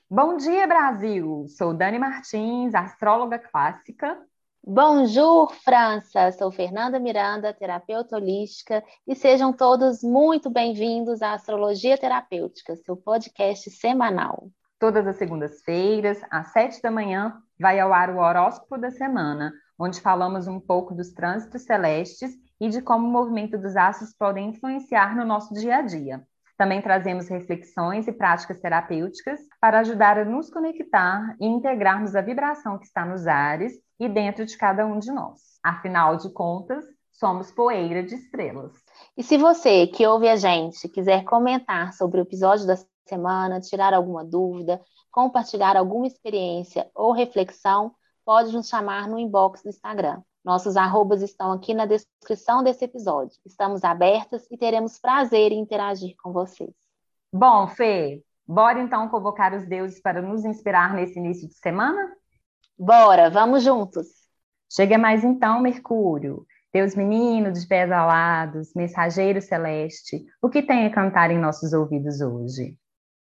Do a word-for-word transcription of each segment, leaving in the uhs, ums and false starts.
Bom dia, Brasil! Sou Dani Martins, astróloga clássica. Bonjour, França! Sou Fernanda Miranda, terapeuta holística, e sejam todos muito bem-vindos à Astrologia Terapêutica, seu podcast semanal. Todas as segundas-feiras, às sete da manhã, vai ao ar o horóscopo da semana, onde falamos um pouco dos trânsitos celestes e de como o movimento dos astros podem influenciar no nosso dia a dia. Também trazemos reflexões e práticas terapêuticas para ajudar a nos conectar e integrarmos a vibração que está nos ares e dentro de cada um de nós. Afinal de contas, somos poeira de estrelas. E se você que ouve a gente quiser comentar sobre o episódio da semana, tirar alguma dúvida, compartilhar alguma experiência ou reflexão, pode nos chamar no inbox do Instagram. Nossos arrobas estão aqui na descrição desse episódio. Estamos abertas e teremos prazer em interagir com vocês. Bom, Fê, bora então convocar os deuses para nos inspirar nesse início de semana? Bora, vamos juntos! Chega mais então, Mercúrio, Deus menino de pés alados, mensageiro celeste, o que tem a cantar em nossos ouvidos hoje?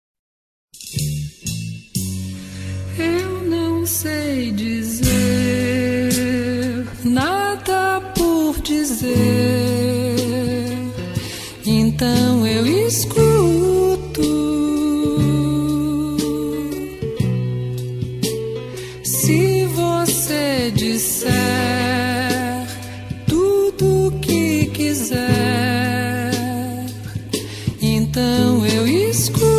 Eu não sei dizer nada por dizer, então eu escuto. Se você disser tudo o que quiser, então eu escuto.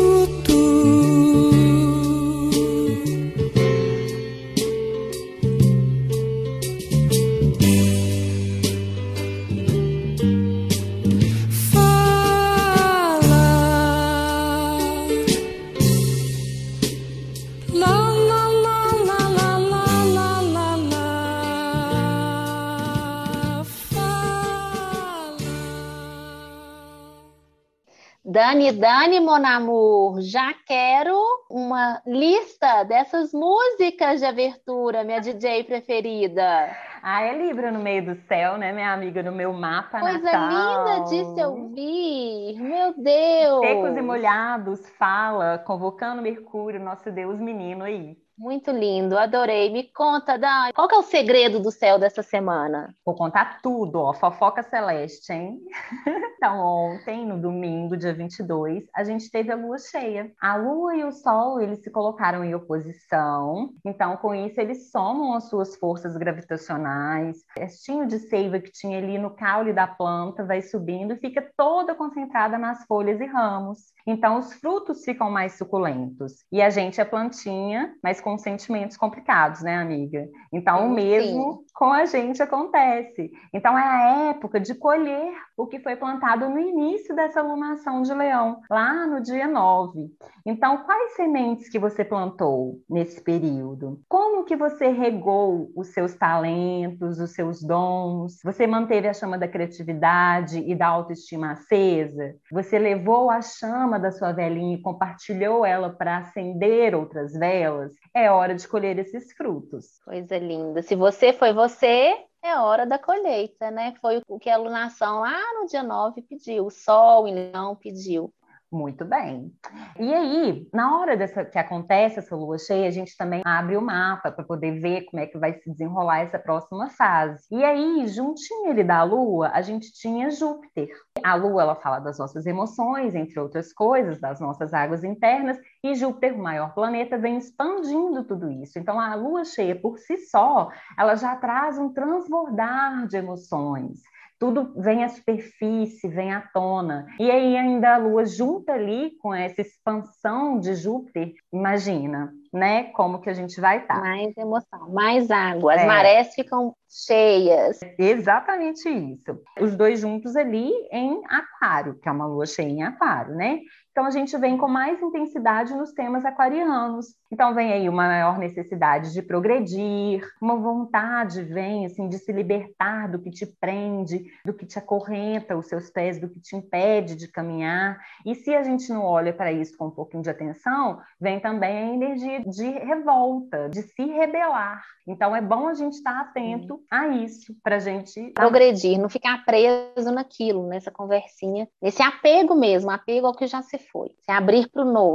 Dani, Dani, mon amour, já quero uma lista dessas músicas de abertura, minha D J preferida. Ah, é Libra no meio do céu, né, minha amiga, no meu mapa Coisa linda de se natal. ouvir, meu Secos e Deus! molhados, fala, convocando Mercúrio, nosso Deus menino aí. Muito lindo, adorei. Me conta, Dani, qual que é o segredo do céu dessa semana? Vou contar tudo, ó, fofoca celeste, hein? Então, ontem, no domingo, dia vinte e dois, a gente teve a lua cheia. A lua e o sol, eles se colocaram em oposição. Então, com isso, eles somam as suas forças gravitacionais. O restinho de seiva que tinha ali no caule da planta vai subindo e fica toda concentrada nas folhas e ramos. Então, os frutos ficam mais suculentos. E a gente é plantinha, mas com sentimentos complicados, né, amiga? Então, o Sim, sim. mesmo com a gente acontece. Então, é a época de colher o que foi plantado no início dessa lunação de Leão, lá no dia nove. Então, quais sementes que você plantou nesse período? Como que você regou os seus talentos, os seus dons? Você manteve a chama da criatividade e da autoestima acesa? Você levou a chama da sua velinha e compartilhou ela para acender outras velas? É hora de colher esses frutos. Coisa linda. Se você foi você, é hora da colheita, né? Foi o que a alunação lá no dia nove pediu, o Sol em Leão pediu. Muito bem. E aí, na hora dessa, que acontece essa lua cheia, a gente também abre o mapa para poder ver como é que vai se desenrolar essa próxima fase. E aí, juntinho ali da lua, a gente tinha Júpiter. A lua, ela fala das nossas emoções, entre outras coisas, das nossas águas internas, e Júpiter, o maior planeta, vem expandindo tudo isso. Então, a lua cheia por si só, ela já traz um transbordar de emoções. Tudo vem à superfície, vem à tona. E aí ainda a Lua junta ali com essa expansão de Júpiter, imagina, né? Como que a gente vai estar. Mais emoção, mais água. As É, marés ficam cheias. exatamente isso. Os dois juntos ali em Aquário, que é uma lua cheia em Aquário, né? Então a gente vem com mais intensidade nos temas aquarianos. Então vem aí uma maior necessidade de progredir, uma vontade vem assim de se libertar do que te prende, do que te acorrenta os seus pés, do que te impede de caminhar. E se a gente não olha para isso com um pouquinho de atenção, vem também a energia de revolta, de se rebelar. Então é bom a gente estar atento a isso para a gente Progredir, não ficar preso naquilo, nessa conversinha, nesse apego mesmo, apego ao que já se foi, se abrir para o novo.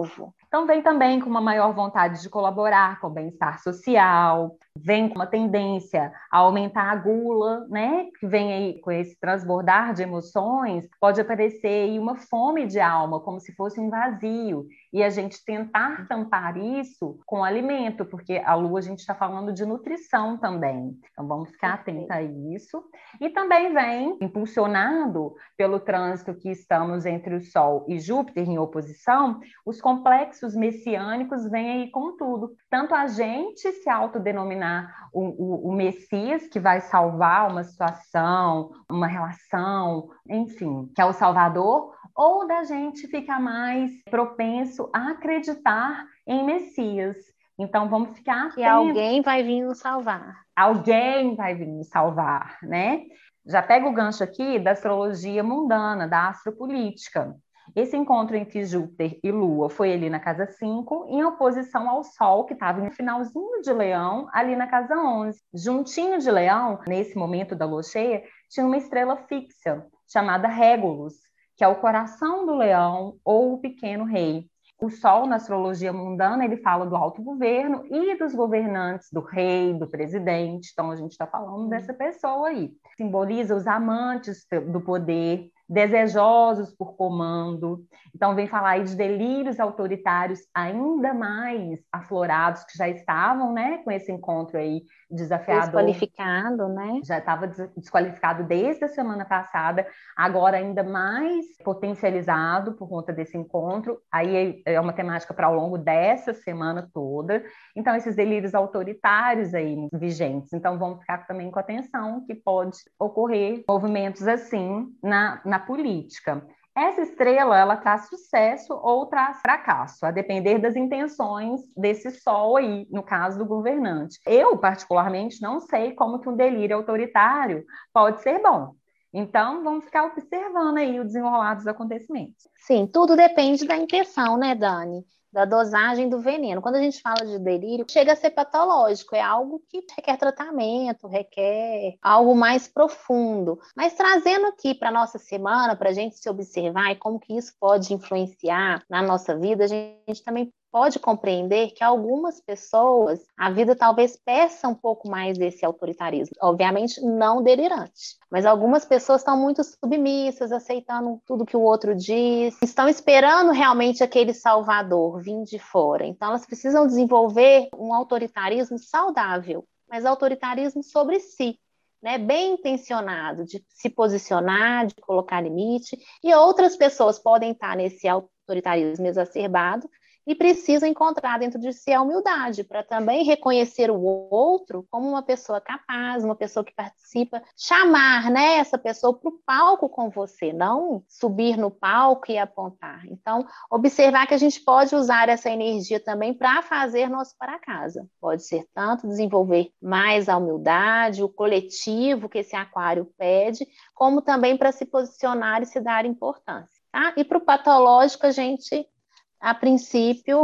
Então, vem também com uma maior vontade de colaborar com o bem-estar social, vem com uma tendência a aumentar a gula, né? Que vem aí com esse transbordar de emoções, pode aparecer aí uma fome de alma, como se fosse um vazio, e a gente tentar tampar isso com alimento, porque a lua a gente está falando de nutrição também. Então, vamos ficar atenta a isso. E também vem impulsionado pelo trânsito que estamos entre o Sol e Júpiter em oposição, os complexos messiânicos vêm aí com tudo. Tanto a gente se autodenominar o, o, o Messias, que vai salvar uma situação, uma relação, enfim, que é o Salvador, ou da gente ficar mais propenso a acreditar em Messias. Então, vamos ficar atentos. E alguém vai vir nos salvar. Alguém vai vir nos salvar, né? Já pega o gancho aqui da astrologia mundana, da astropolítica. Esse encontro entre Júpiter e Lua foi ali na casa cinco, em oposição ao Sol, que estava no finalzinho de Leão, ali na casa onze. Juntinho de Leão, nesse momento da lua cheia, tinha uma estrela fixa, chamada Régulus, que é o coração do leão ou o pequeno rei. O Sol, na astrologia mundana, ele fala do autogoverno e dos governantes, do rei, do presidente. Então, a gente está falando dessa pessoa aí. Simboliza os amantes do poder, desejosos por comando. Então, vem falar aí de delírios autoritários ainda mais aflorados, que já estavam, né, com esse encontro aí desafiador. Desqualificado, né? Já estava desqualificado desde a semana passada, agora ainda mais potencializado por conta desse encontro. Aí é uma temática para ao longo dessa semana toda. Então, esses delírios autoritários aí vigentes. Então, vamos ficar também com atenção que pode ocorrer movimentos assim na, na política. Essa estrela, ela traz sucesso ou traz fracasso, a depender das intenções desse Sol aí, no caso do governante. Eu, particularmente, não sei como que um delírio autoritário pode ser bom. Então, vamos ficar observando aí o desenrolar dos acontecimentos. Sim, tudo depende da intenção, né, Dani? Da dosagem do veneno. Quando a gente fala de delírio, chega a ser patológico, é algo que requer tratamento, requer algo mais profundo. Mas trazendo aqui para a nossa semana, para a gente se observar e como que isso pode influenciar na nossa vida, a gente também pode compreender que algumas pessoas, a vida talvez peça um pouco mais desse autoritarismo. Obviamente, não delirante. Mas algumas pessoas estão muito submissas, aceitando tudo que o outro diz, estão esperando realmente aquele salvador vir de fora. Então, elas precisam desenvolver um autoritarismo saudável, mas autoritarismo sobre si, né? Bem intencionado, de se posicionar, de colocar limite. E outras pessoas podem estar nesse autoritarismo exacerbado, e precisa encontrar dentro de si a humildade para também reconhecer o outro como uma pessoa capaz, uma pessoa que participa, chamar, né, essa pessoa para o palco com você, não subir no palco e apontar. Então, observar que a gente pode usar essa energia também para fazer nosso para casa. Pode ser tanto desenvolver mais a humildade, o coletivo que esse aquário pede, como também para se posicionar e se dar importância. Tá? E para o patológico, a gente... a princípio,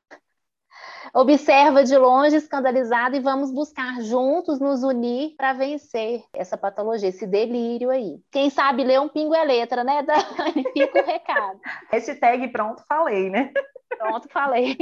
observa de longe, escandalizado, e vamos buscar juntos nos unir para vencer essa patologia, esse delírio aí. Quem sabe ler um pingo é letra, né, Dani? Fica o recado. Hashtag pronto, falei, né? Pronto, falei.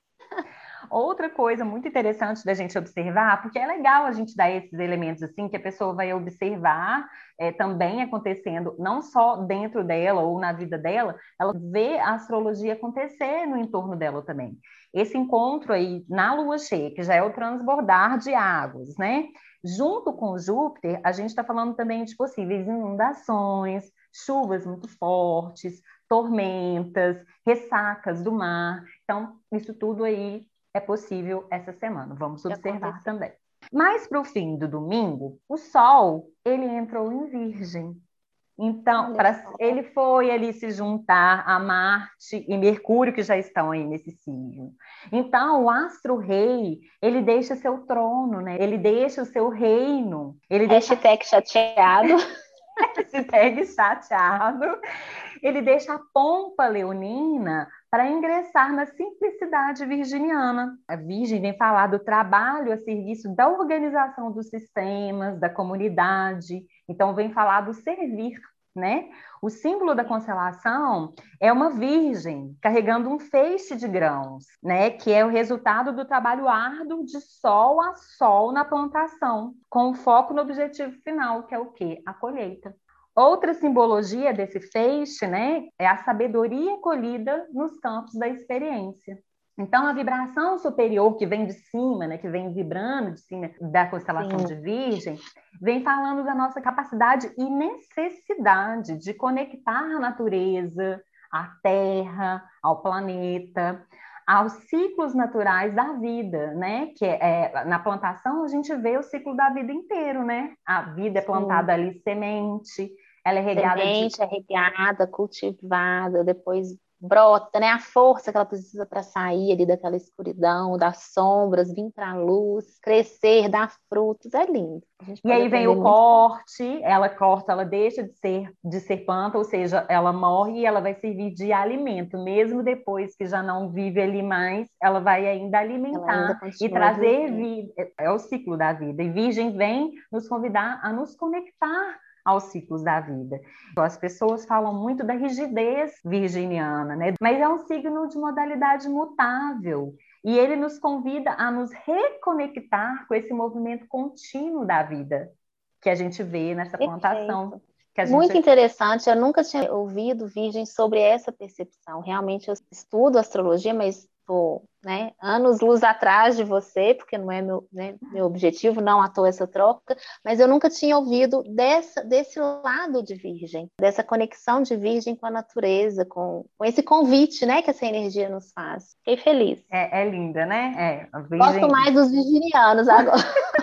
Outra coisa muito interessante da gente observar, porque é legal a gente dar esses elementos assim, que a pessoa vai observar é, também acontecendo, não só dentro dela ou na vida dela, ela vê a astrologia acontecer no entorno dela também. Esse encontro aí na lua cheia, que já é o transbordar de águas, né? Junto com Júpiter, a gente está falando também de possíveis inundações, chuvas muito fortes, tormentas, ressacas do mar. Então, isso tudo aí é possível essa semana. Vamos observar também. Mas para o fim do domingo, o Sol, ele entrou em Virgem. Então, pra, ele foi ali se juntar a Marte e Mercúrio, que já estão aí nesse signo. Então, o astro-rei, ele deixa seu trono, né? Ele deixa o seu reino. Ele Hashtag deixa... chateado. Hashtag chateado. Ele deixa a pompa leonina para ingressar na simplicidade virginiana. A Virgem vem falar do trabalho a serviço da organização dos sistemas, da comunidade. Então, vem falar do servir, né? O símbolo da constelação é uma virgem carregando um feixe de grãos, né? Que é o resultado do trabalho árduo de sol a sol na plantação, com foco no objetivo final, que é o quê? A colheita. Outra simbologia desse feixe, né, é a sabedoria colhida nos campos da experiência. Então, a vibração superior que vem de cima, né, que vem vibrando de cima da constelação Sim. de Virgem, vem falando da nossa capacidade e necessidade de conectar a natureza, a Terra, ao planeta, aos ciclos naturais da vida, né? Que é, na plantação a gente vê o ciclo da vida inteiro, né? A vida é plantada Sim. ali semente, ela é regada semente, de... é regada, cultivada, depois brota, né? A força que ela precisa para sair ali daquela escuridão, das sombras, vir para a luz, crescer, dar frutos, é lindo. E aí vem o corte, muito... ela corta, ela deixa de ser, de ser planta, ou seja, ela morre e ela vai servir de alimento, mesmo depois que já não vive ali mais, ela vai ainda alimentar ainda e trazer vida, é o ciclo da vida. E Virgem vem nos convidar a nos conectar aos ciclos da vida. As pessoas falam muito da rigidez virginiana, né? Mas é um signo de modalidade mutável. E ele nos convida a nos reconectar com esse movimento contínuo da vida que a gente vê nessa Perfeito. plantação. Que a Muito gente... interessante, eu nunca tinha ouvido, Virgem, sobre essa percepção. Realmente eu estudo astrologia, mas estou né, anos-luz atrás de você, porque não é meu, né, meu objetivo, não à toa essa troca, mas eu nunca tinha ouvido dessa, desse lado de Virgem, dessa conexão de Virgem com a natureza, com, com esse convite, né, que essa energia nos faz. Fiquei feliz. É, é linda, né? É, a Virgem... Gosto mais dos virginianos agora.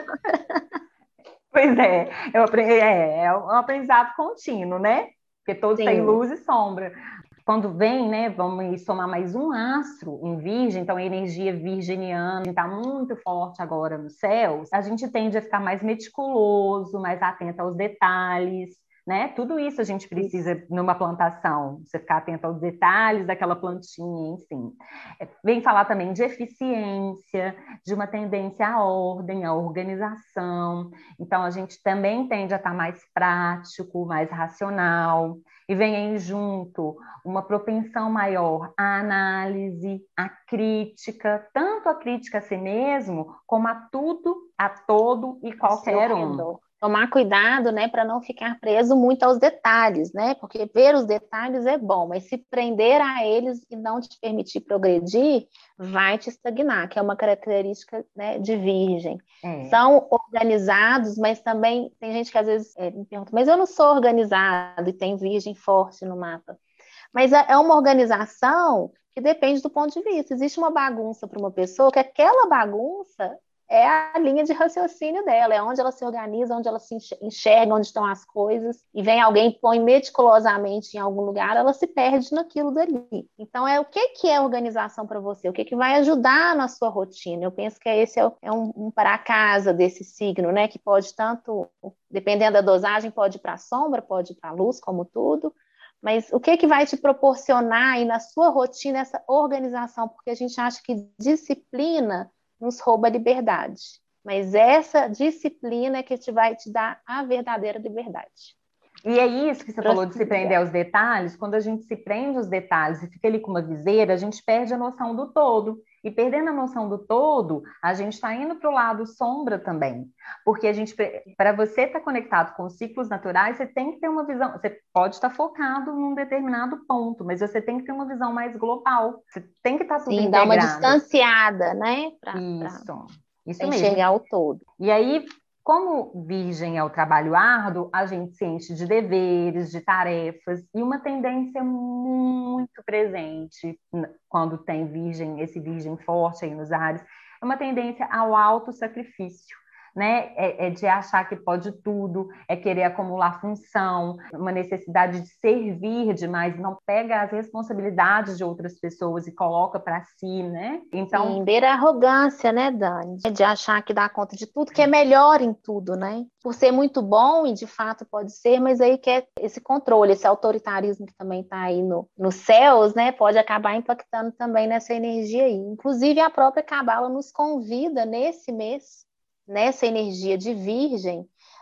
Pois é, eu aprendi, é, é um aprendizado contínuo, né? Porque todos Sim. têm luz e sombra. Quando vem, né, vamos somar mais um astro em Virgem, então a energia virginiana está muito forte agora nos céus, a gente tende a ficar mais meticuloso, mais atento aos detalhes, né? Tudo isso a gente precisa isso. Numa plantação, você ficar atento aos detalhes daquela plantinha, enfim. Vem falar também de eficiência, de uma tendência à ordem, à organização. Então, a gente também tende a estar mais prático, mais racional. E vem aí junto uma propensão maior à análise, à crítica, tanto a crítica a si mesmo, como a tudo, a todo e qualquer um. Tomar cuidado, né, para não ficar preso muito aos detalhes, né? Porque ver os detalhes é bom, mas se prender a eles e não te permitir progredir, vai te estagnar, que é uma característica, né, de Virgem. É. São organizados, mas também tem gente que às vezes é, me pergunta, mas eu não sou organizado e tem Virgem forte no mapa. Mas é uma organização que depende do ponto de vista. Existe uma bagunça para uma pessoa que aquela bagunça é a linha de raciocínio dela, é onde ela se organiza, onde ela se enxerga, onde estão as coisas, e vem alguém e põe meticulosamente em algum lugar, ela se perde naquilo dali. Então, é o que, que é organização para você? O que, que vai ajudar na sua rotina? Eu penso que esse é, é um, um para-casa desse signo, né? Que pode tanto, dependendo da dosagem, pode ir para a sombra, pode ir para a luz, como tudo, mas o que, que vai te proporcionar aí na sua rotina essa organização? Porque a gente acha que disciplina nos rouba a liberdade. Mas essa disciplina é que te vai te dar a verdadeira liberdade. E é isso que você falou de se prender aos detalhes. Quando a gente se prende aos detalhes e fica ali com uma viseira, a gente perde a noção do todo. E perdendo a noção do todo, a gente está indo para o lado sombra também. Porque a gente, para você estar conectado com os ciclos naturais, você tem que ter uma visão. Você pode estar focado num determinado ponto, mas você tem que ter uma visão mais global. Você tem que estar tudo Sim, integrado. Dar uma distanciada, né? Pra, isso, pra, isso pra mesmo. Enxergar o todo. E aí, como Virgem é o trabalho árduo, a gente se enche de deveres, de tarefas, e uma tendência muito presente quando tem Virgem, esse Virgem forte aí nos ares, é uma tendência ao autossacrifício, né? É, é de achar que pode tudo, é querer acumular função, uma necessidade de servir demais, não pega as responsabilidades de outras pessoas e coloca para si, né? Então, Sim, beira a arrogância, né, Dani? De achar que dá conta de tudo, que é melhor em tudo, né? Por ser muito bom, e de fato pode ser, mas aí quer esse controle, esse autoritarismo que também está aí no, nos céus, né? Pode acabar impactando também nessa energia aí. Inclusive, a própria Cabala nos convida nesse mês, nessa energia de Virgem,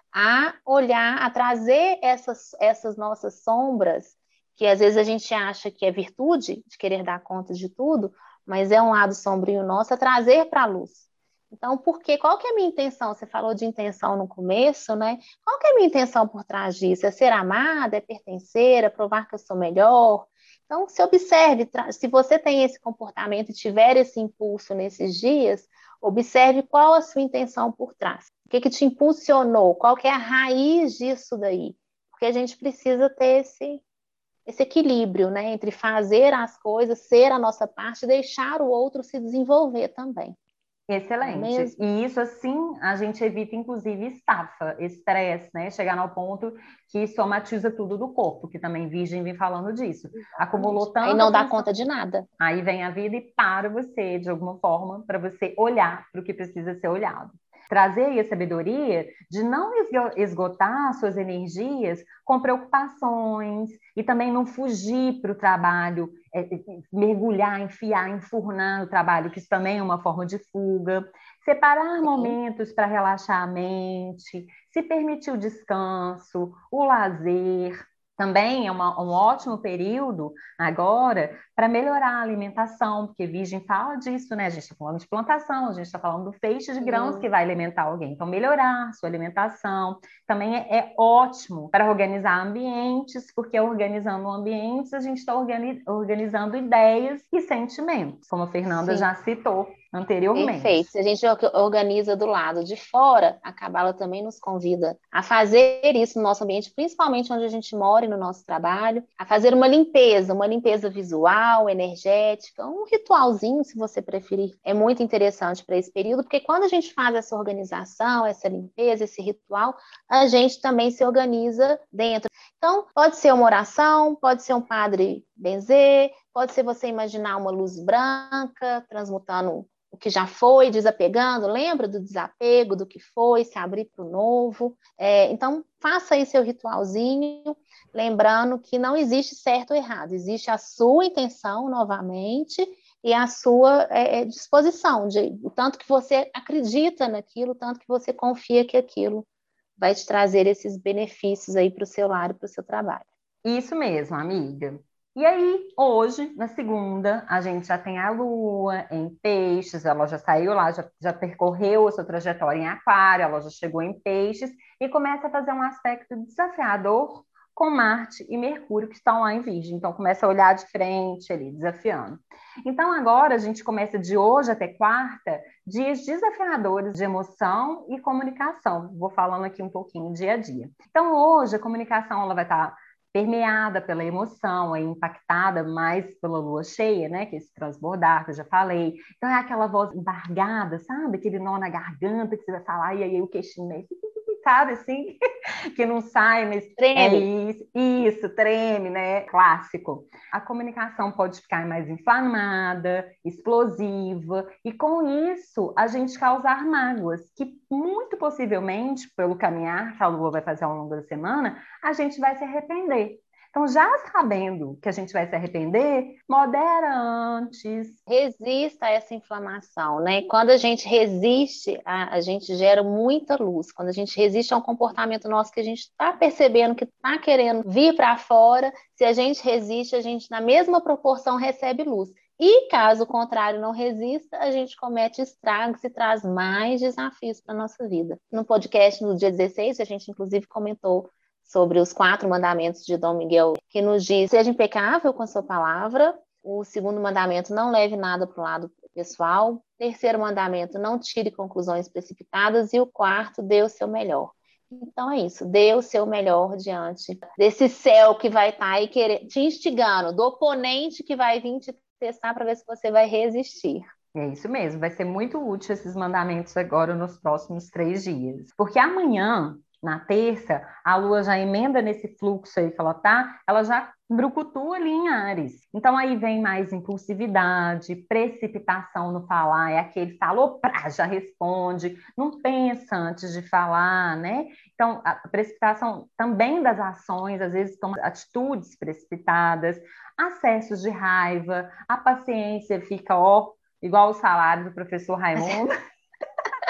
a olhar, a trazer essas, essas nossas sombras, que às vezes a gente acha que é virtude, de querer dar conta de tudo, mas é um lado sombrio nosso, a trazer para a luz. Então, por quê? Qual que é a minha intenção? Você falou de intenção no começo, né? Qual que é a minha intenção por trás disso? É ser amada, é pertencer, é provar que eu sou melhor? Então, se observe, se você tem esse comportamento e tiver esse impulso nesses dias, observe qual a sua intenção por trás. O que que te impulsionou? Qual que é a raiz disso daí? Porque a gente precisa ter esse, esse equilíbrio, né? Entre fazer as coisas, ser a nossa parte e deixar o outro se desenvolver também. Não é Excelente. mesmo? E isso, assim, a gente evita, inclusive, estafa, estresse, né? Chegar ao ponto que somatiza tudo do corpo, que também Virgem vem falando disso. Exatamente. Acumulou Aí tanta não dá tensão, conta de nada. aí vem a vida e para você, de alguma forma, para você olhar para o que precisa ser olhado. Trazer aí a sabedoria de não esgotar suas energias com preocupações e também não fugir para o trabalho, é, mergulhar, enfiar, enfurnar no trabalho, que isso também é uma forma de fuga. Separar Sim. momentos para relaxar a mente, se permitir o descanso, o lazer. Também é uma, um ótimo período agora para melhorar a alimentação, porque Virgem fala disso, né? A gente está falando de plantação, a gente está falando do feixe de grãos Sim. que vai alimentar alguém. Então, melhorar sua alimentação também é, é ótimo para organizar ambientes, porque organizando ambientes a gente está organi organizando ideias e sentimentos, como a Fernanda Sim. já citou anteriormente. Perfeito. Se a gente organiza do lado de fora, a Cabala também nos convida a fazer isso no nosso ambiente, principalmente onde a gente mora e no nosso trabalho, a fazer uma limpeza, uma limpeza visual, energética, um ritualzinho, se você preferir. É muito interessante para esse período, porque quando a gente faz essa organização, essa limpeza, esse ritual, a gente também se organiza dentro. Então, pode ser uma oração, pode ser um padre benzer, pode ser você imaginar uma luz branca transmutando o que já foi, desapegando, lembra do desapego, do que foi, se abrir para o novo. É, então, faça aí seu ritualzinho, lembrando que não existe certo ou errado, existe a sua intenção, novamente, e a sua é, disposição, de, o tanto que você acredita naquilo, o tanto que você confia que aquilo vai te trazer esses benefícios aí para o seu lar e para o seu trabalho. Isso mesmo, amiga. E aí, hoje, na segunda, a gente já tem a Lua em Peixes, ela já saiu lá, já, já percorreu a sua trajetória em Aquário, ela já chegou em Peixes e começa a fazer um aspecto desafiador com Marte e Mercúrio, que estão lá em Virgem. Então, começa a olhar de frente ali, desafiando. Então, agora a gente começa de hoje até quarta, dias desafiadores de emoção e comunicação. Vou falando aqui um pouquinho dia a dia. Então, hoje, a comunicação ela vai estar permeada pela emoção, é impactada mais pela lua cheia, né? Que é esse transbordar que eu já falei. Então é aquela voz embargada, sabe? Aquele nó na garganta que você vai falar e aí o queixinho meio, sabe assim? Que não sai, mas é Treme. isso, isso, treme, né? Clássico. A comunicação pode ficar mais inflamada, explosiva, e com isso a gente causar mágoas, que muito possivelmente, pelo caminhar que a Lua vai fazer ao longo da semana, a gente vai se arrepender. Então, já sabendo que a gente vai se arrepender, modera antes. Resista a essa inflamação, né? Quando a gente resiste, a, a gente gera muita luz. Quando a gente resiste a um comportamento nosso que a gente está percebendo que está querendo vir para fora, se a gente resiste, a gente, na mesma proporção, recebe luz. E caso o contrário não resista, a gente comete estragos e traz mais desafios para a nossa vida. No podcast, no dia dezesseis, a gente inclusive comentou sobre os quatro mandamentos de Dom Miguel, que nos diz: seja impecável com a sua palavra. O segundo mandamento: não leve nada para o lado pessoal. Terceiro mandamento: não tire conclusões precipitadas. E o quarto: dê o seu melhor. Então é isso, dê o seu melhor diante desse céu que vai estar aí querer, te instigando, do oponente que vai vir te testar para ver se você vai resistir. É isso mesmo, vai ser muito útil esses mandamentos agora nos próximos três dias. Porque amanhã, na terça, a Lua já emenda nesse fluxo aí que ela tá, ela já brucutua ali em Áries. Então aí vem mais impulsividade, precipitação no falar, é aquele falou, pá, já responde, não pensa antes de falar, né? Então a precipitação também das ações, às vezes toma atitudes precipitadas, acessos de raiva, a paciência fica, ó, igual o salário do professor Raimundo.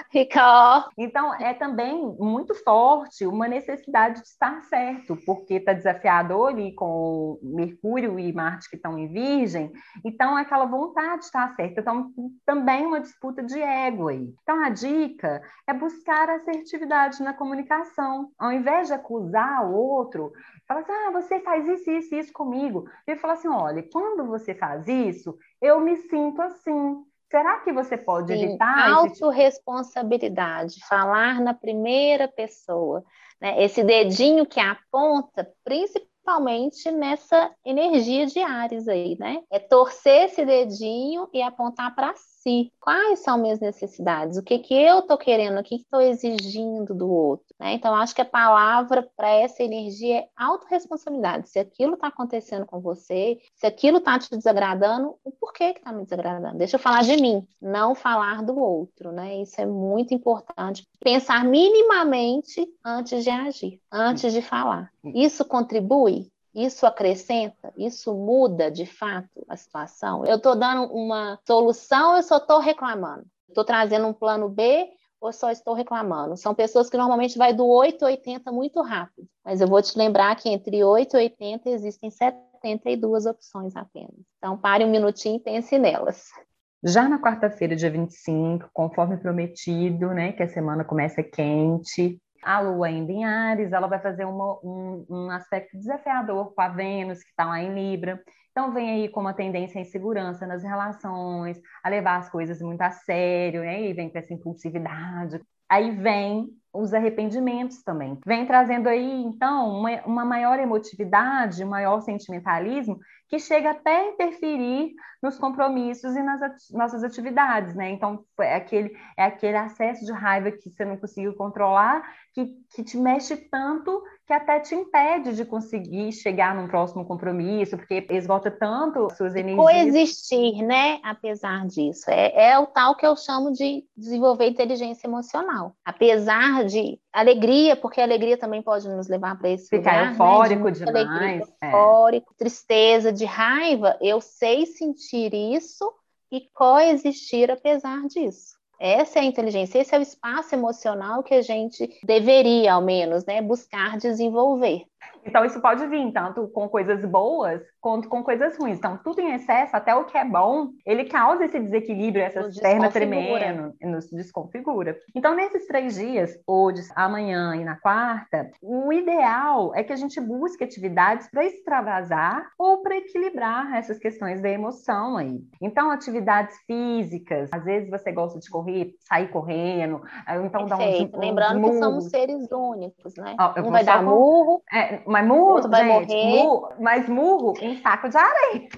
Fica, ó. Então, é também muito forte uma necessidade de estar certo, porque está desafiador ali com Mercúrio e Marte que estão em Virgem, então é aquela vontade de estar certo. Então, também uma disputa de ego aí. Então, a dica é buscar assertividade na comunicação. Ao invés de acusar o outro, fala assim, ah, você faz isso, isso, isso comigo. Ele fala assim, olha, quando você faz isso, eu me sinto assim. Será que você pode Sim, evitar esse tipo? autorresponsabilidade, falar na primeira pessoa, né? Esse dedinho que aponta, principalmente nessa energia de Áries aí, né? É torcer esse dedinho e apontar para si. Quais são minhas necessidades? O que que eu estou querendo? O que que estou exigindo do outro? Né? Então, acho que a palavra para essa energia é autorresponsabilidade. Se aquilo está acontecendo com você, se aquilo está te desagradando, o porquê que está me desagradando? Deixa eu falar de mim, não falar do outro, né? Isso é muito importante. Pensar minimamente antes de agir, antes de falar. Isso contribui? Isso acrescenta? Isso muda de fato a situação? Eu estou dando uma solução, eu só estou reclamando. Estou trazendo um plano B ou só estou reclamando? São pessoas que normalmente vai do oito a oitenta muito rápido. Mas eu vou te lembrar que entre oito e oitenta existem setenta e duas opções apenas. Então pare um minutinho e pense nelas. Já na quarta-feira, dia vinte e cinco, conforme prometido, né, que a semana começa quente, a Lua ainda em Áries, ela vai fazer uma, um, um aspecto desafiador com a Vênus, que está lá em Libra. Então, vem aí com uma tendência à insegurança nas relações, a levar as coisas muito a sério, né? E vem com essa impulsividade. Aí vem os arrependimentos também. Vem trazendo aí, então, uma, uma maior emotividade, um maior sentimentalismo, que chega até a interferir nos compromissos e nas at nossas atividades, né? Então, é aquele, é aquele acesso de raiva que você não conseguiu controlar, que, que te mexe tanto que até te impede de conseguir chegar num próximo compromisso, porque esgota tanto suas E energias. coexistir, né? Apesar disso. É, é o tal que eu chamo de desenvolver inteligência emocional. Apesar de alegria, porque a alegria também pode nos levar para esse Ficar lugar, eufórico né? De muita demais. alegria, É. eufórico, tristeza, de raiva. Eu sei sentir isso e coexistir apesar disso. Essa é a inteligência, esse é o espaço emocional que a gente deveria, ao menos, né, buscar desenvolver. Então, isso pode vir tanto com coisas boas quanto com coisas ruins. Então, tudo em excesso, até o que é bom, ele causa esse desequilíbrio, essas pernas tremendo, nos desconfigura. Então, nesses três dias, hoje, amanhã e na quarta, o ideal é que a gente busque atividades para extravasar ou para equilibrar essas questões da emoção aí. Então, atividades físicas, às vezes você gosta de correr, sair correndo, então dá uns, uns Lembrando murros. que somos seres únicos, né? Ó, um vai dar com... murro, é, mas murro, outro vai gente, morrer. murro, mas murro em saco de areia.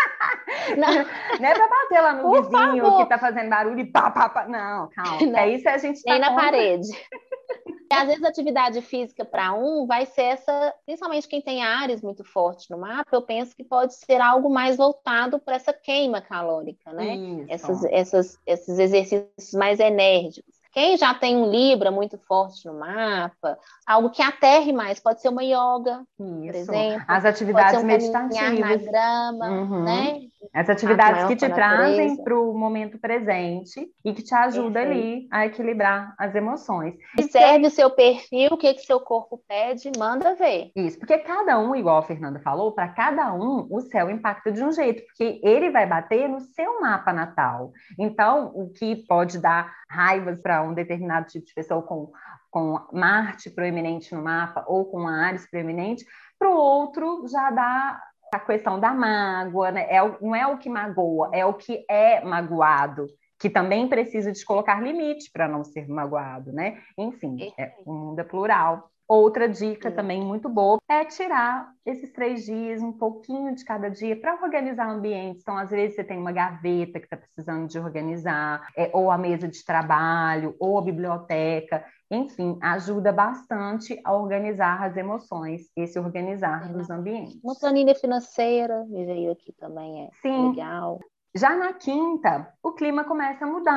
Não, não é para bater lá no Por vizinho favor. que tá fazendo barulho e pá, pá, pá. Não, calma. Não. É isso a gente tá Nem na contra... parede. E às vezes a atividade física para um vai ser essa, principalmente quem tem Áries muito forte no mapa, eu penso que pode ser algo mais voltado para essa queima calórica, né? Essas, essas, esses exercícios mais enérgicos. Quem já tem um Libra muito forte no mapa, algo que aterre mais, pode ser uma yoga, Isso. por exemplo. As atividades pode ser um meditativas. na grama, uhum. né? As atividades que te trazem para o momento presente e que te ajuda ali a equilibrar as emoções. Observe o seu perfil, o que que seu corpo pede, manda ver. Isso, porque cada um, igual a Fernanda falou, para cada um o céu impacta de um jeito, porque ele vai bater no seu mapa natal. Então, o que pode dar raivas para um determinado tipo de pessoa com, com Marte proeminente no mapa ou com Áries proeminente, para o outro já dá a questão da mágoa, né? É, não é o que magoa, é o que é magoado, que também precisa de colocar limite para não ser magoado, né? Enfim, é, o mundo é plural. Outra dica também muito boa é tirar esses três dias, um pouquinho de cada dia, para organizar ambientes. Então, às vezes, você tem uma gaveta que está precisando de organizar, é, ou a mesa de trabalho, ou a biblioteca. Enfim, ajuda bastante a organizar as emoções, esse organizar dos ambientes. Uma planilha financeira, me veio aqui também, é Sim. legal. Já na quinta, o clima começa a mudar.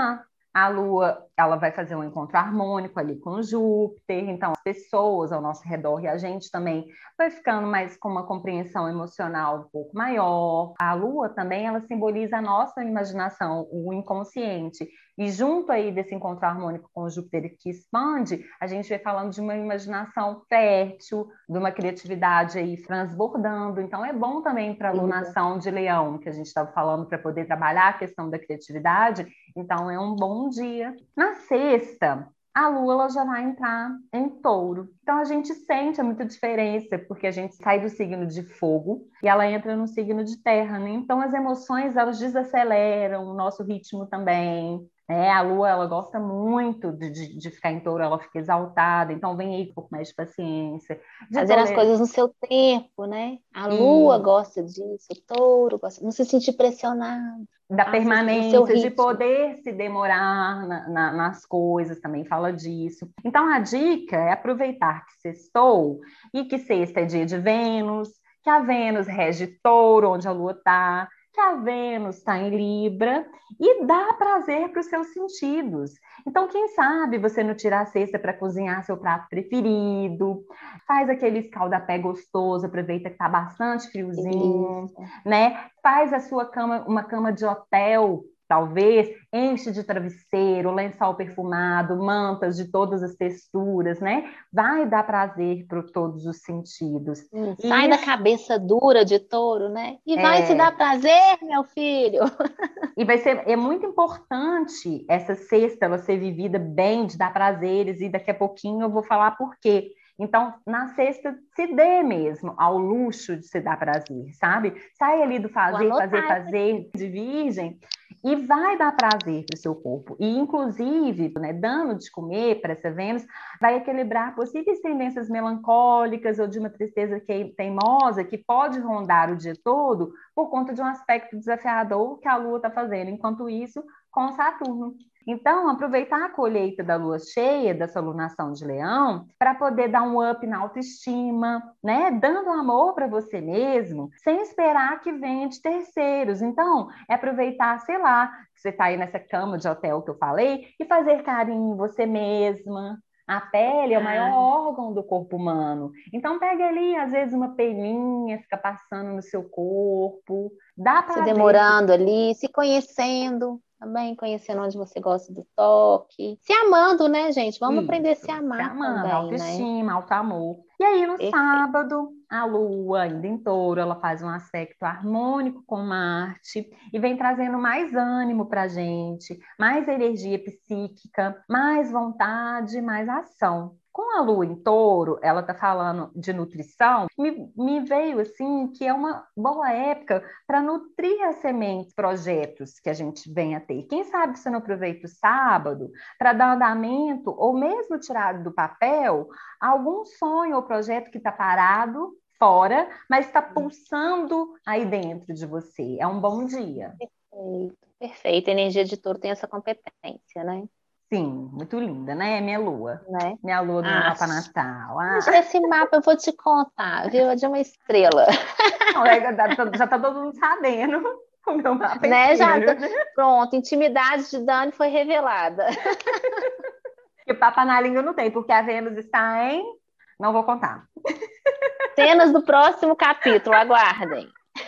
A Lua, ela vai fazer um encontro harmônico ali com Júpiter, então as pessoas ao nosso redor e a gente também vai ficando mais com uma compreensão emocional um pouco maior. A Lua também, ela simboliza a nossa imaginação, o inconsciente. E junto aí desse encontro harmônico com Júpiter que expande, a gente vai falando de uma imaginação fértil, de uma criatividade aí transbordando. Então é bom também para a alunação de Leão, que a gente estava falando, para poder trabalhar a questão da criatividade. Então é um bom dia. Na sexta, a Lua ela já vai entrar em Touro. Então a gente sente muita diferença, porque a gente sai do signo de fogo e ela entra no signo de terra, né? Então as emoções elas desaceleram, o nosso ritmo também. É, a Lua, ela gosta muito de, de, de ficar em Touro, ela fica exaltada, então vem aí com um pouco mais de paciência. De Fazer as tole... coisas no seu tempo, né? A Lua E gosta disso, o Touro gosta, não se sentir pressionado, da faça no seu permanência, de ritmo. poder se demorar na, na, nas coisas, também fala disso. Então, a dica é aproveitar que sextou e que sexta é dia de Vênus, que a Vênus rege Touro, onde a Lua está, que a Vênus está em Libra, e dá prazer para os seus sentidos. Então, quem sabe você não tirar a sexta para cozinhar seu prato preferido, faz aquele escaldapé gostoso, aproveita que está bastante friozinho, Delícia. né? Faz a sua cama, uma cama de hotel, talvez, enche de travesseiro, lençol perfumado, mantas de todas as texturas, né? Vai dar prazer para todos os sentidos. Hum, sai E da isso cabeça dura de touro, né? E vai te dar é, prazer, meu filho. e vai ser, é muito importante essa sexta ela ser vivida bem, de dar prazeres, e daqui a pouquinho eu vou falar por quê. Então, na sexta, se dê mesmo ao luxo de se dar prazer, sabe? Sai ali do Vou fazer, fazer, anotar isso aqui. fazer de virgem e vai dar prazer para o seu corpo. E, inclusive, né, dando de comer para essa Vênus, vai equilibrar possíveis tendências melancólicas ou de uma tristeza que- teimosa que pode rondar o dia todo por conta de um aspecto desafiador que a Lua está fazendo. Enquanto isso, com Saturno. Então, aproveitar a colheita da lua cheia, dessa lunação de Leão, para poder dar um up na autoestima, né? Dando amor para você mesmo, sem esperar que venha de terceiros. Então, é aproveitar, sei lá, que você está aí nessa cama de hotel que eu falei, e fazer carinho em você mesma. A pele é o maior Ah, órgão do corpo humano. Então, pega ali, às vezes, uma peninha, fica passando no seu corpo. Dá se prazer. demorando ali, se conhecendo, também conhecendo onde você gosta do toque. Se amando, né, gente? Vamos aprender a se Isso, se amar amando, também, né? autoestima, auto-amor. E aí, no Perfeito. sábado, a Lua, ainda em Touro, ela faz um aspecto harmônico com Marte e vem trazendo mais ânimo para a gente, mais energia psíquica, mais vontade, mais ação. Com a Lua em Touro, ela está falando de nutrição, me, me veio assim que é uma boa época para nutrir as sementes, projetos que a gente vem a ter. Quem sabe você não aproveita o sábado para dar andamento ou mesmo tirar do papel algum sonho ou projeto que está parado fora, mas está pulsando aí dentro de você. É um bom dia. Perfeito. Perfeito. A energia de touro tem essa competência, né? Sim, muito linda, né? Minha lua. Né? Minha lua do meu Ah, mapa natal. Ah, esse mapa eu vou te contar, viu? É de uma estrela, não, é, já está todo mundo sabendo. O meu mapa é em né? Já, cima, viu? pronto, intimidade de Dani foi revelada. E papo na língua não tem, porque a Vênus está em. Não vou contar. Cenas do próximo capítulo, aguardem.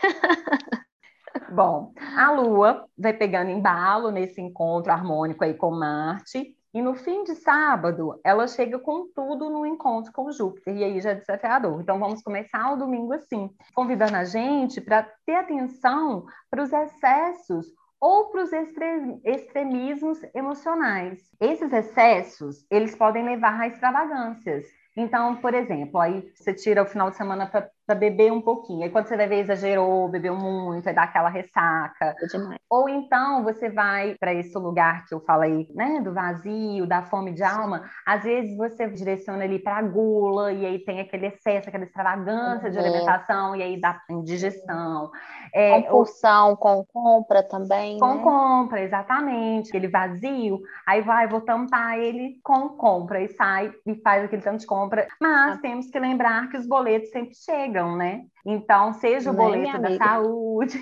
Bom, a Lua vai pegando embalo nesse encontro harmônico aí com Marte, e no fim de sábado ela chega com tudo no encontro com Júpiter, e aí já é desafiador. Então vamos começar o domingo assim, convidando a gente para ter atenção para os excessos ou para os extre- extremismos emocionais. Esses excessos, eles podem levar a extravagâncias. Então, por exemplo, aí você tira o final de semana para beber um pouquinho. Aí quando você vai ver, exagerou, bebeu muito, aí dá aquela ressaca. É demais. Ou então você vai para esse lugar que eu falei, né, do vazio, da fome de alma. Às vezes você direciona ali para a gula e aí tem aquele excesso, aquela extravagância de Alimento. alimentação e aí dá indigestão. É, ou, Compulsão com compra também, com né? compra, exatamente. Aquele vazio, aí vai, vou tampar ele com compra e sai e faz aquele tanto de compra. Mas Ah, temos que lembrar que os boletos sempre chegam, né? Então, seja o né, minha boleto da amiga? saúde,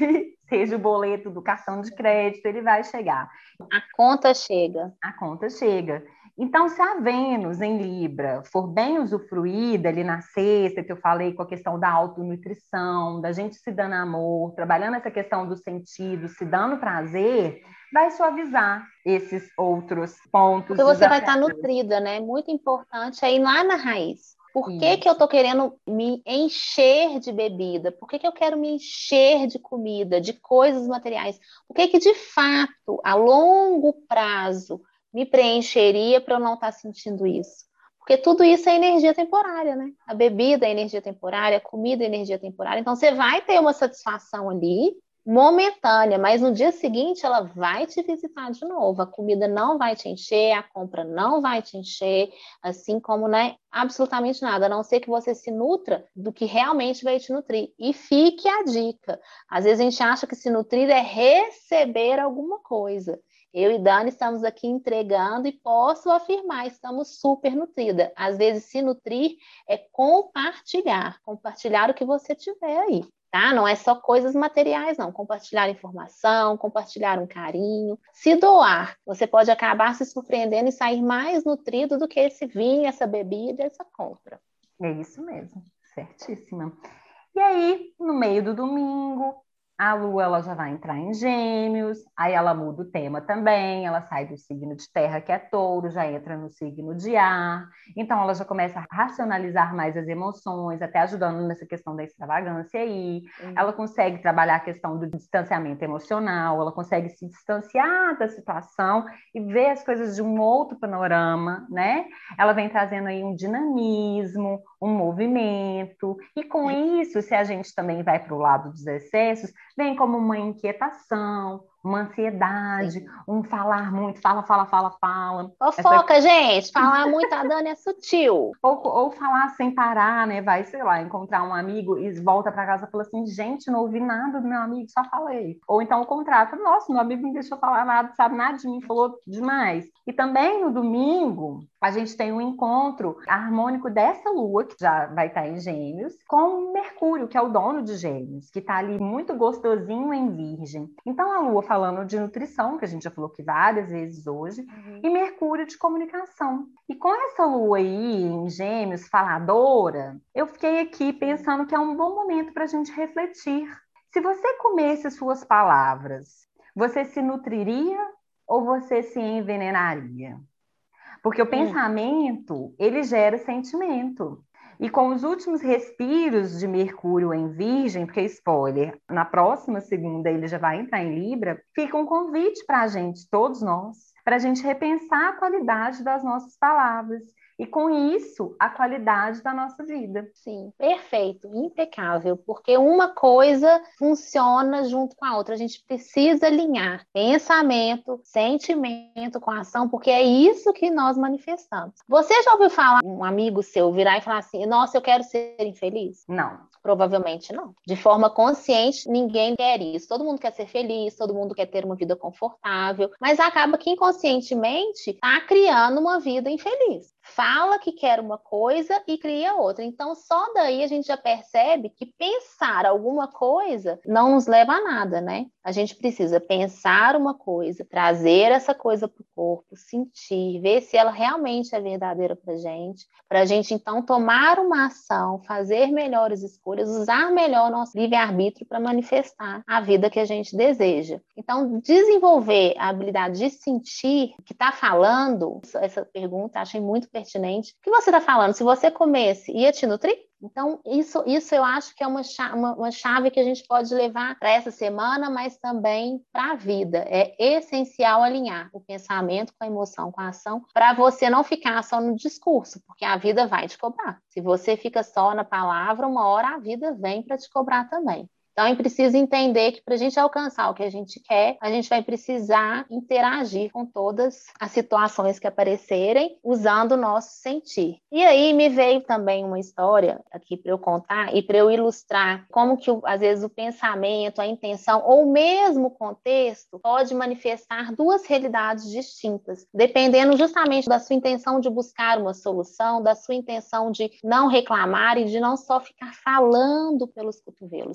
seja o boleto do cartão de crédito, ele vai chegar. A conta chega. A conta chega. Então, se a Vênus em Libra for bem usufruída ali na sexta, que eu falei com a questão da autonutrição, da gente se dando amor, trabalhando essa questão do sentido, se dando prazer, vai suavizar esses outros pontos. Porque você vai estar nutrida, né? Muito importante é ir lá na raiz. Por que que eu tô querendo me encher de bebida? Por que que eu quero me encher de comida, de coisas materiais? Por que que, de fato, a longo prazo, me preencheria para eu não estar sentindo isso? Porque tudo isso é energia temporária, né? A bebida é energia temporária, a comida é energia temporária. Então, você vai ter uma satisfação ali, momentânea, mas no dia seguinte ela vai te visitar de novo. A comida não vai te encher, a compra não vai te encher, assim como, né, absolutamente nada, a não ser que você se nutra do que realmente vai te nutrir. E fique a dica. Às vezes a gente acha que se nutrir é receber alguma coisa. Eu e Dani estamos aqui entregando e posso afirmar, estamos super nutridas. Às vezes se nutrir é compartilhar, compartilhar o que você tiver aí. Tá? Não é só coisas materiais, não. Compartilhar informação, compartilhar um carinho. Se doar, você pode acabar se surpreendendo e sair mais nutrido do que esse vinho, essa bebida, essa compra. É isso mesmo, certíssima. E aí, no meio do domingo, a Lua ela já vai entrar em Gêmeos, aí ela muda o tema também, ela sai do signo de terra, que é touro, já entra no signo de ar, então ela já começa a racionalizar mais as emoções, até ajudando nessa questão da extravagância aí, uhum. Ela consegue trabalhar a questão do distanciamento emocional, ela consegue se distanciar da situação e ver as coisas de um outro panorama, né? Ela vem trazendo aí um dinamismo, um movimento, e com isso, se a gente também vai para o lado dos excessos, vem como uma inquietação, uma ansiedade, Sim. um falar muito, fala, fala, fala, fala. Fofoca, Essa... gente, falar muito a Dani é sutil. Ou, ou falar sem parar, né? Vai, sei lá, encontrar um amigo e volta para casa e fala assim, gente, não ouvi nada do meu amigo, só falei. Ou então o contrário, nossa, meu amigo não deixou falar nada, sabe nada de mim, falou demais. E também no domingo, a gente tem um encontro harmônico dessa lua, que já vai estar em Gêmeos, com Mercúrio, que é o dono de Gêmeos, que está ali muito gostosinho em Virgem. Então a lua falando de nutrição, que a gente já falou aqui várias vezes hoje, uhum. e Mercúrio de comunicação. E com essa lua aí em Gêmeos, faladora, eu fiquei aqui pensando que é um bom momento para a gente refletir. Se você comesse suas palavras, você se nutriria ou você se envenenaria? Porque o hum. pensamento, ele gera sentimento. E com os últimos respiros de Mercúrio em Virgem, porque, spoiler, na próxima segunda ele já vai entrar em Libra, fica um convite para a gente, todos nós, para a gente repensar a qualidade das nossas palavras. E com isso, a qualidade da nossa vida. Sim, perfeito, impecável, porque uma coisa funciona junto com a outra. A gente precisa alinhar pensamento, sentimento com ação, porque é isso que nós manifestamos. Você já ouviu falar, um amigo seu virar e falar assim, nossa, eu quero ser infeliz? Não. Provavelmente não. De forma consciente, ninguém quer isso. Todo mundo quer ser feliz, todo mundo quer ter uma vida confortável, mas acaba que inconscientemente está criando uma vida infeliz. Fala que quer uma coisa e cria outra. Então, só daí a gente já percebe que pensar alguma coisa não nos leva a nada, né? A gente precisa pensar uma coisa, trazer essa coisa para o corpo, sentir, ver se ela realmente é verdadeira para a gente, para a gente, então, tomar uma ação, fazer melhores escolhas, usar melhor nosso livre-arbítrio para manifestar a vida que a gente deseja. Então, desenvolver a habilidade de sentir o que está falando, essa pergunta achei muito pertinente. O que você está falando? Se você comesse, ia te nutrir? Então, isso, isso eu acho que é uma chave, uma, uma chave que a gente pode levar para essa semana, mas também para a vida. É essencial alinhar o pensamento com a emoção, com a ação, para você não ficar só no discurso, porque a vida vai te cobrar. Se você fica só na palavra, uma hora a vida vem para te cobrar também. Então, é preciso entender que para a gente alcançar o que a gente quer, a gente vai precisar interagir com todas as situações que aparecerem, usando o nosso sentir. E aí me veio também uma história aqui para eu contar e para eu ilustrar como que, às vezes, o pensamento, a intenção ou mesmo o contexto pode manifestar duas realidades distintas, dependendo justamente da sua intenção de buscar uma solução, da sua intenção de não reclamar e de não só ficar falando pelos cotovelos, mas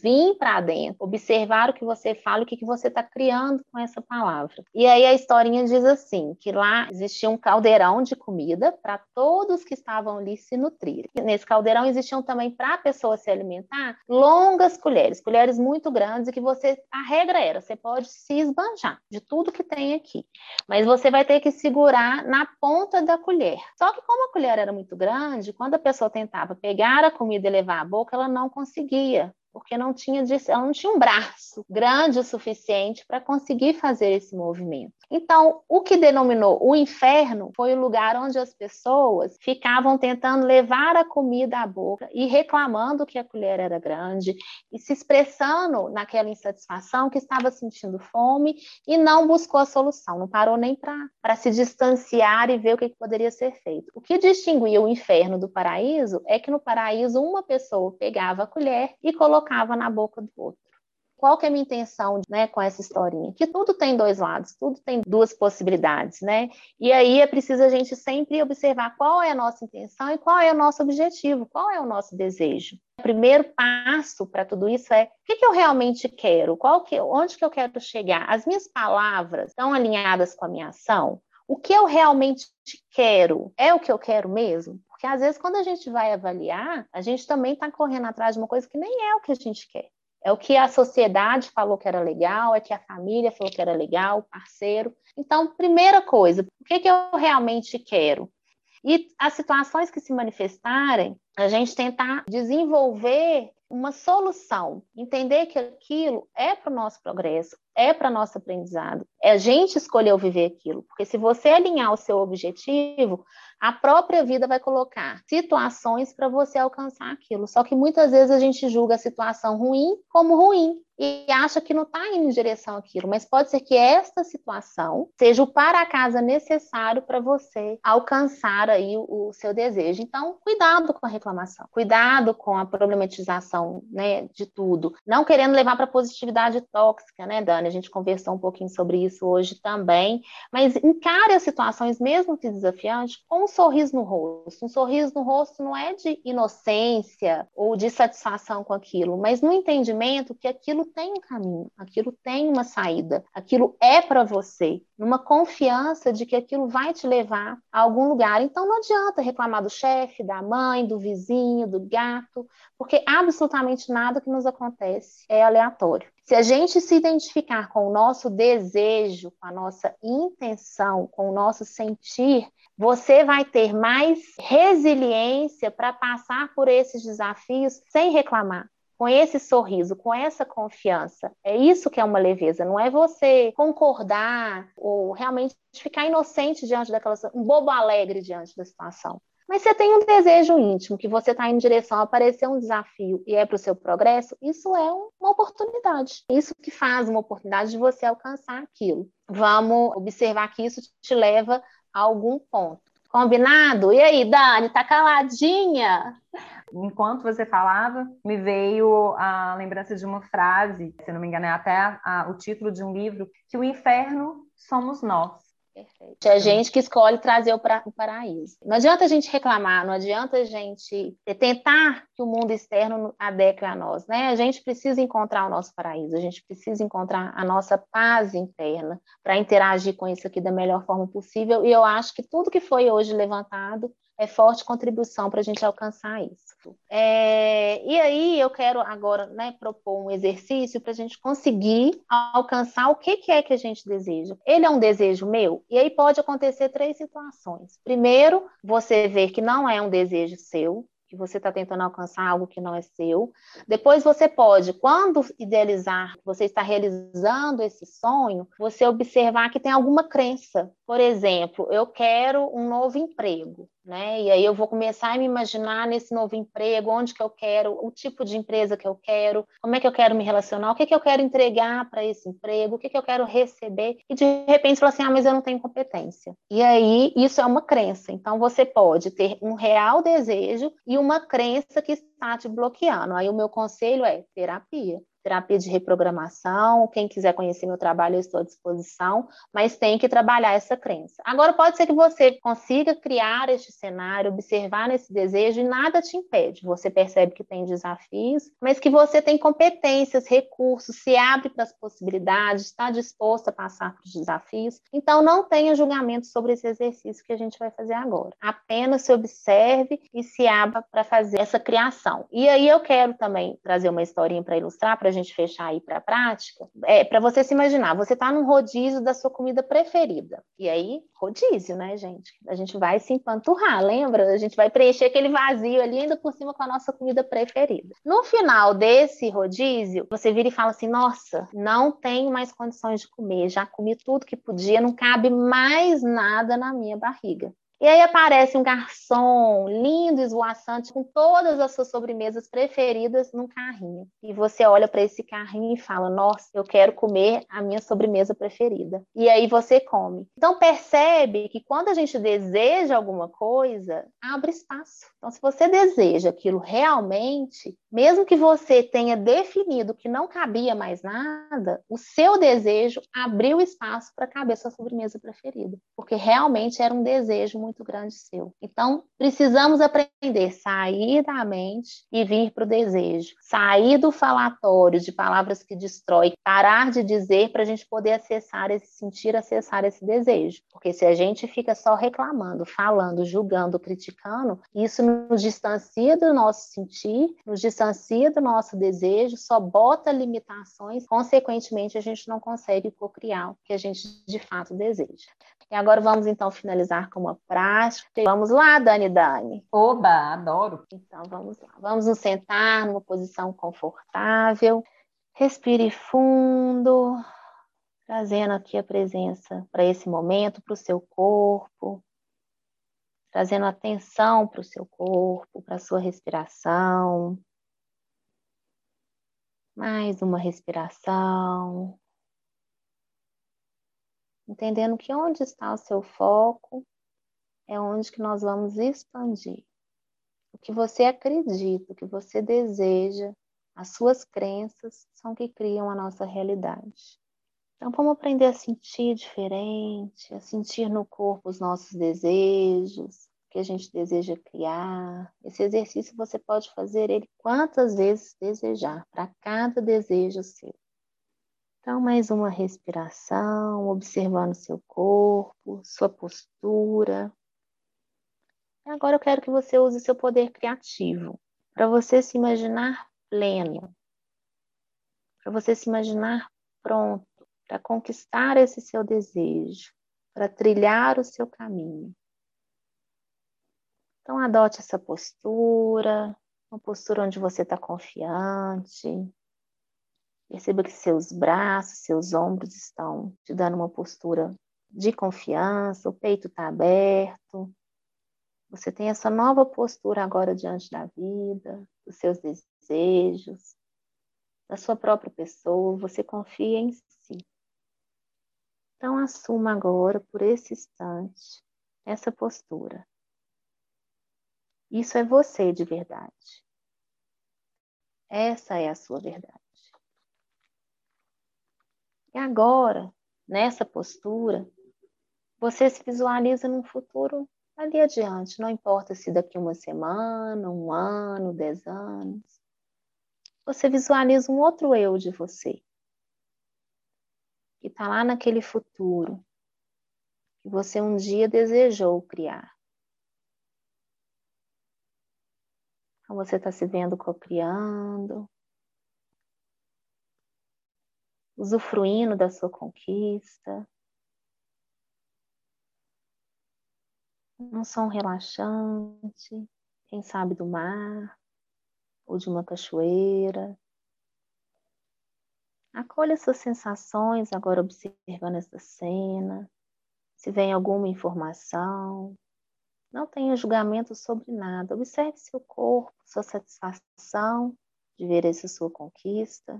vir para dentro, observar o que você fala, o que, que você está criando com essa palavra. E aí a historinha diz assim, que lá existia um caldeirão de comida para todos que estavam ali se nutrirem. Nesse caldeirão existiam também, para a pessoa se alimentar, longas colheres, colheres muito grandes, e que você, a regra era, você pode se esbanjar de tudo que tem aqui, mas você vai ter que segurar na ponta da colher. Só que como a colher era muito grande, quando a pessoa tentava pegar a comida e levar à boca, ela não conseguia, porque não tinha, ela não tinha um braço grande o suficiente para conseguir fazer esse movimento. Então, o que denominou o inferno foi o lugar onde as pessoas ficavam tentando levar a comida à boca e reclamando que a colher era grande e se expressando naquela insatisfação, que estava sentindo fome e não buscou a solução, não parou nem para se distanciar e ver o que, que poderia ser feito. O que distinguia o inferno do paraíso é que no paraíso uma pessoa pegava a colher e colocava na boca do outro. Qual que é a minha intenção, né, com essa historinha? Que tudo tem dois lados, tudo tem duas possibilidades, né? E aí é preciso a gente sempre observar qual é a nossa intenção e qual é o nosso objetivo, qual é o nosso desejo. O primeiro passo para tudo isso é o que, que eu realmente quero, qual que, onde que eu quero chegar? As minhas palavras estão alinhadas com a minha ação? O que eu realmente quero é o que eu quero mesmo? Porque às vezes quando a gente vai avaliar, a gente também está correndo atrás de uma coisa que nem é o que a gente quer. É o que a sociedade falou que era legal, é que a família falou que era legal, o parceiro. Então, primeira coisa, o que, que eu realmente quero? E as situações que se manifestarem, a gente tentar desenvolver uma solução, entender que aquilo é para o nosso progresso, é para o nosso aprendizado, é a gente escolher viver aquilo, porque se você alinhar o seu objetivo, a própria vida vai colocar situações para você alcançar aquilo, só que muitas vezes a gente julga a situação ruim como ruim, e acha que não está indo em direção àquilo, mas pode ser que esta situação seja o para-casa necessário para você alcançar aí o, o seu desejo. Então, cuidado com a reclamação, cuidado com a problematização, né, de tudo, não querendo levar para positividade tóxica, né, Dani? A gente conversou um pouquinho sobre isso hoje também, mas encare as situações, mesmo que desafiantes, com um sorriso no rosto. Um sorriso no rosto não é de inocência ou de satisfação com aquilo, mas no entendimento que aquilo tem um caminho, aquilo tem uma saída, aquilo é para você, numa confiança de que aquilo vai te levar a algum lugar. Então não adianta reclamar do chefe, da mãe, do vizinho, do gato, porque absolutamente nada que nos acontece é aleatório. Se a gente se identificar com o nosso desejo, com a nossa intenção, com o nosso sentir, você vai ter mais resiliência para passar por esses desafios sem reclamar, com esse sorriso, com essa confiança. É isso que é uma leveza, não é você concordar ou realmente ficar inocente diante daquela situação, um bobo alegre diante da situação. Mas você tem um desejo íntimo, que você está em direção a aparecer um desafio e é para o seu progresso, isso é uma oportunidade. Isso que faz uma oportunidade de você alcançar aquilo. Vamos observar que isso te leva a algum ponto. Combinado? E aí, Dani, tá caladinha? Enquanto você falava, me veio a lembrança de uma frase, se não me engano, é até a, a, o título de um livro, que o inferno somos nós. Perfeito. É a gente que escolhe trazer o, pra, o paraíso. Não adianta a gente reclamar, não adianta a gente tentar que o mundo externo adeque a nós, né? A gente precisa encontrar o nosso paraíso, a gente precisa encontrar a nossa paz interna para interagir com isso aqui da melhor forma possível, e eu acho que tudo que foi hoje levantado é forte contribuição para a gente alcançar isso. É, e aí eu quero agora, né, propor um exercício para a gente conseguir alcançar o que, que é que a gente deseja. Ele é um desejo meu? E aí pode acontecer três situações. Primeiro, você ver que não é um desejo seu, que você está tentando alcançar algo que não é seu. Depois você pode, quando idealizar, você está realizando esse sonho, você observar que tem alguma crença. Por exemplo, eu quero um novo emprego, né? E aí eu vou começar a me imaginar nesse novo emprego, onde que eu quero, o tipo de empresa que eu quero, como é que eu quero me relacionar, o que que eu quero entregar para esse emprego, o que que eu quero receber, e de repente falar assim, ah, mas eu não tenho competência. E aí isso é uma crença. Então você pode ter um real desejo e uma crença que está te bloqueando. Aí o meu conselho é terapia. terapia de reprogramação. Quem quiser conhecer meu trabalho, eu estou à disposição, mas tem que trabalhar essa crença. Agora, pode ser que você consiga criar este cenário, observar nesse desejo e nada te impede. Você percebe que tem desafios, mas que você tem competências, recursos, se abre para as possibilidades, está disposto a passar para os desafios. Então, não tenha julgamento sobre esse exercício que a gente vai fazer agora. Apenas se observe e se abra para fazer essa criação. E aí eu quero também trazer uma historinha para ilustrar, para a gente fechar aí para a prática. É, para você se imaginar, você está num rodízio da sua comida preferida. E aí, rodízio, né, gente? A gente vai se empanturrar, lembra? A gente vai preencher aquele vazio ali, ainda por cima com a nossa comida preferida. No final desse rodízio, você vira e fala assim, nossa, não tenho mais condições de comer, já comi tudo que podia, não cabe mais nada na minha barriga. E aí aparece um garçom lindo, esvoaçante, com todas as suas sobremesas preferidas num carrinho. E você olha para esse carrinho e fala, nossa, eu quero comer a minha sobremesa preferida. E aí você come. Então percebe que quando a gente deseja alguma coisa, abre espaço. Então se você deseja aquilo realmente, mesmo que você tenha definido que não cabia mais nada, o seu desejo abriu espaço para caber sua sobremesa preferida. Porque realmente era um desejo muito grande seu. Então, precisamos aprender a sair da mente e vir para o desejo. Sair do falatório de palavras que destrói, parar de dizer para a gente poder acessar esse sentir, acessar esse desejo. Porque se a gente fica só reclamando, falando, julgando, criticando, isso nos distancia do nosso sentir, nos distancia do nosso desejo, só bota limitações, consequentemente a gente não consegue cocriar o que a gente de fato deseja. E agora vamos então finalizar com uma prática. Vamos lá, Dani Dani. Oba, adoro. Então vamos lá. Vamos nos sentar numa posição confortável. Respire fundo, trazendo aqui a presença para esse momento, para o seu corpo. Trazendo atenção para o seu corpo, para a sua respiração. Mais uma respiração. Entendendo que onde está o seu foco é onde que nós vamos expandir. O que você acredita, o que você deseja, as suas crenças são que criam a nossa realidade. Então vamos aprender a sentir diferente, a sentir no corpo os nossos desejos, o que a gente deseja criar. Esse exercício você pode fazer ele quantas vezes desejar, para cada desejo seu. Então, mais uma respiração, observando seu corpo, sua postura. E agora eu quero que você use seu poder criativo, para você se imaginar pleno, para você se imaginar pronto, para conquistar esse seu desejo, para trilhar o seu caminho. Então, adote essa postura, uma postura onde você está confiante. Perceba que seus braços, seus ombros estão te dando uma postura de confiança, o peito está aberto. Você tem essa nova postura agora diante da vida, dos seus desejos, da sua própria pessoa, você confia em si. Então assuma agora, por esse instante, essa postura. Isso é você de verdade. Essa é a sua verdade. E agora, nessa postura, você se visualiza num futuro ali adiante. Não importa se daqui uma semana, um ano, dez anos. Você visualiza um outro eu de você. Que está lá naquele futuro. Que você um dia desejou criar. Então você está se vendo cocriando. Usufruindo da sua conquista. Um som relaxante, quem sabe do mar, ou de uma cachoeira. Acolha suas sensações agora observando essa cena. Se vem alguma informação, não tenha julgamento sobre nada. Observe seu corpo, sua satisfação de ver essa sua conquista.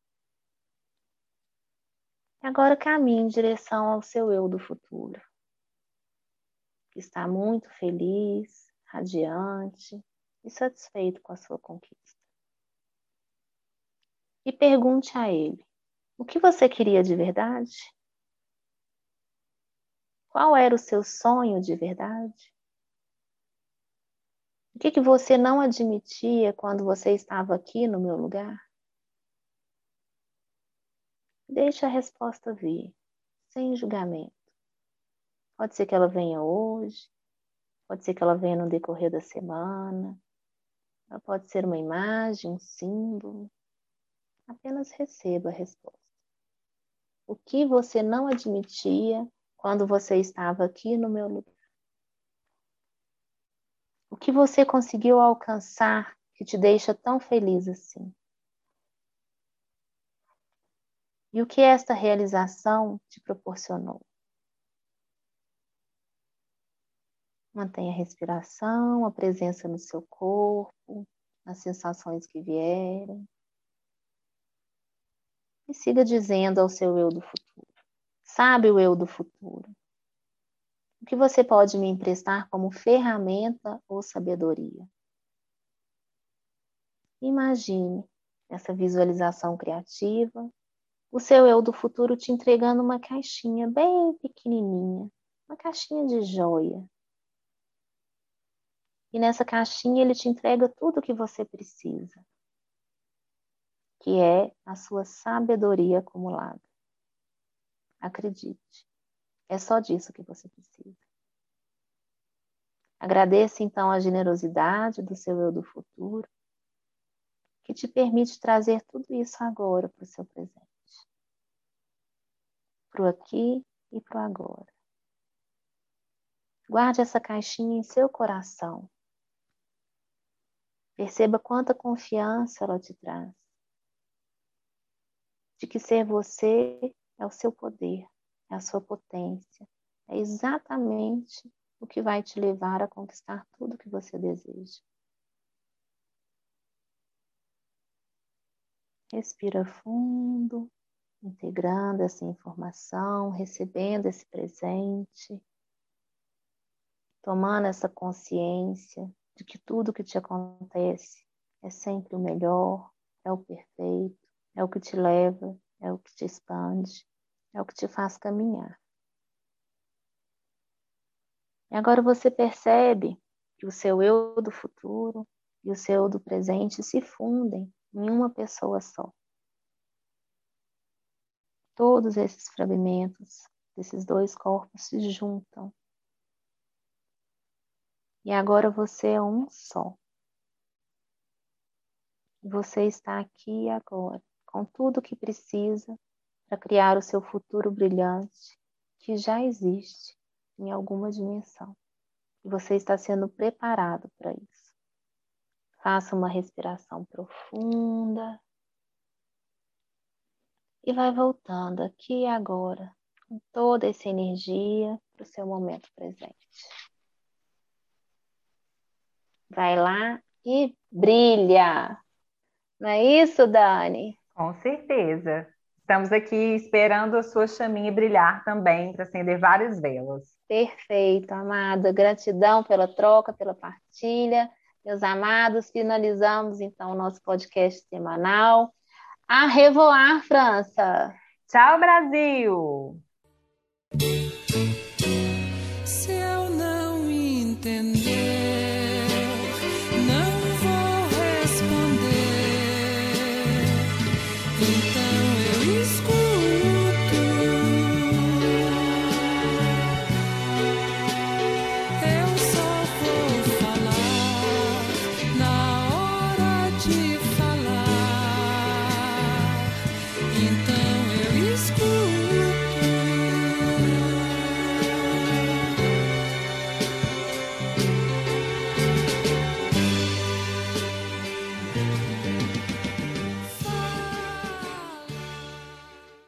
E agora caminhe em direção ao seu eu do futuro. Que está muito feliz, radiante e satisfeito com a sua conquista. e pergunte a ele: o que você queria de verdade? Qual era o seu sonho de verdade? O que, que você não admitia quando você estava aqui no meu lugar? Deixe a resposta vir, sem julgamento. Pode ser que ela venha hoje, pode ser que ela venha no decorrer da semana, ela pode ser uma imagem, um símbolo. Apenas receba a resposta. O que você não admitia quando você estava aqui no meu lugar? O que você conseguiu alcançar que te deixa tão feliz assim? E o que esta realização te proporcionou? Mantenha a respiração, a presença no seu corpo, as sensações que vierem. E siga dizendo ao seu eu do futuro: sabe o eu do futuro? O que você pode me emprestar como ferramenta ou sabedoria? Imagine essa visualização criativa, o seu eu do futuro te entregando uma caixinha bem pequenininha, uma caixinha de joia. E nessa caixinha ele te entrega tudo o que você precisa, que é a sua sabedoria acumulada. Acredite, é só disso que você precisa. Agradeça então a generosidade do seu eu do futuro, que te permite trazer tudo isso agora para o seu presente. Para o aqui e para o agora. Guarde essa caixinha em seu coração. Perceba quanta confiança ela te traz. De que ser você é o seu poder, é a sua potência. É exatamente o que vai te levar a conquistar tudo que você deseja. Respira fundo, integrando essa informação, recebendo esse presente, tomando essa consciência de que tudo que te acontece é sempre o melhor, é o perfeito, é o que te leva, é o que te expande, é o que te faz caminhar. E agora você percebe que o seu eu do futuro e o seu eu do presente se fundem em uma pessoa só. Todos esses fragmentos desses dois corpos se juntam. E agora você é um só. Você está aqui agora, com tudo o que precisa para criar o seu futuro brilhante, que já existe em alguma dimensão. E você está sendo preparado para isso. Faça uma respiração profunda. E vai voltando aqui e agora, com toda essa energia para o seu momento presente. Vai lá e brilha. Não é isso, Dani? Com certeza. Estamos aqui esperando a sua chaminha brilhar também para acender várias velas. Perfeito, amada. Gratidão pela troca, pela partilha. Meus amados, finalizamos então o nosso podcast semanal. A revoar, França! Tchau, Brasil! Se eu não entender, não vou responder. Então eu escuto. Eu só vou falar na hora de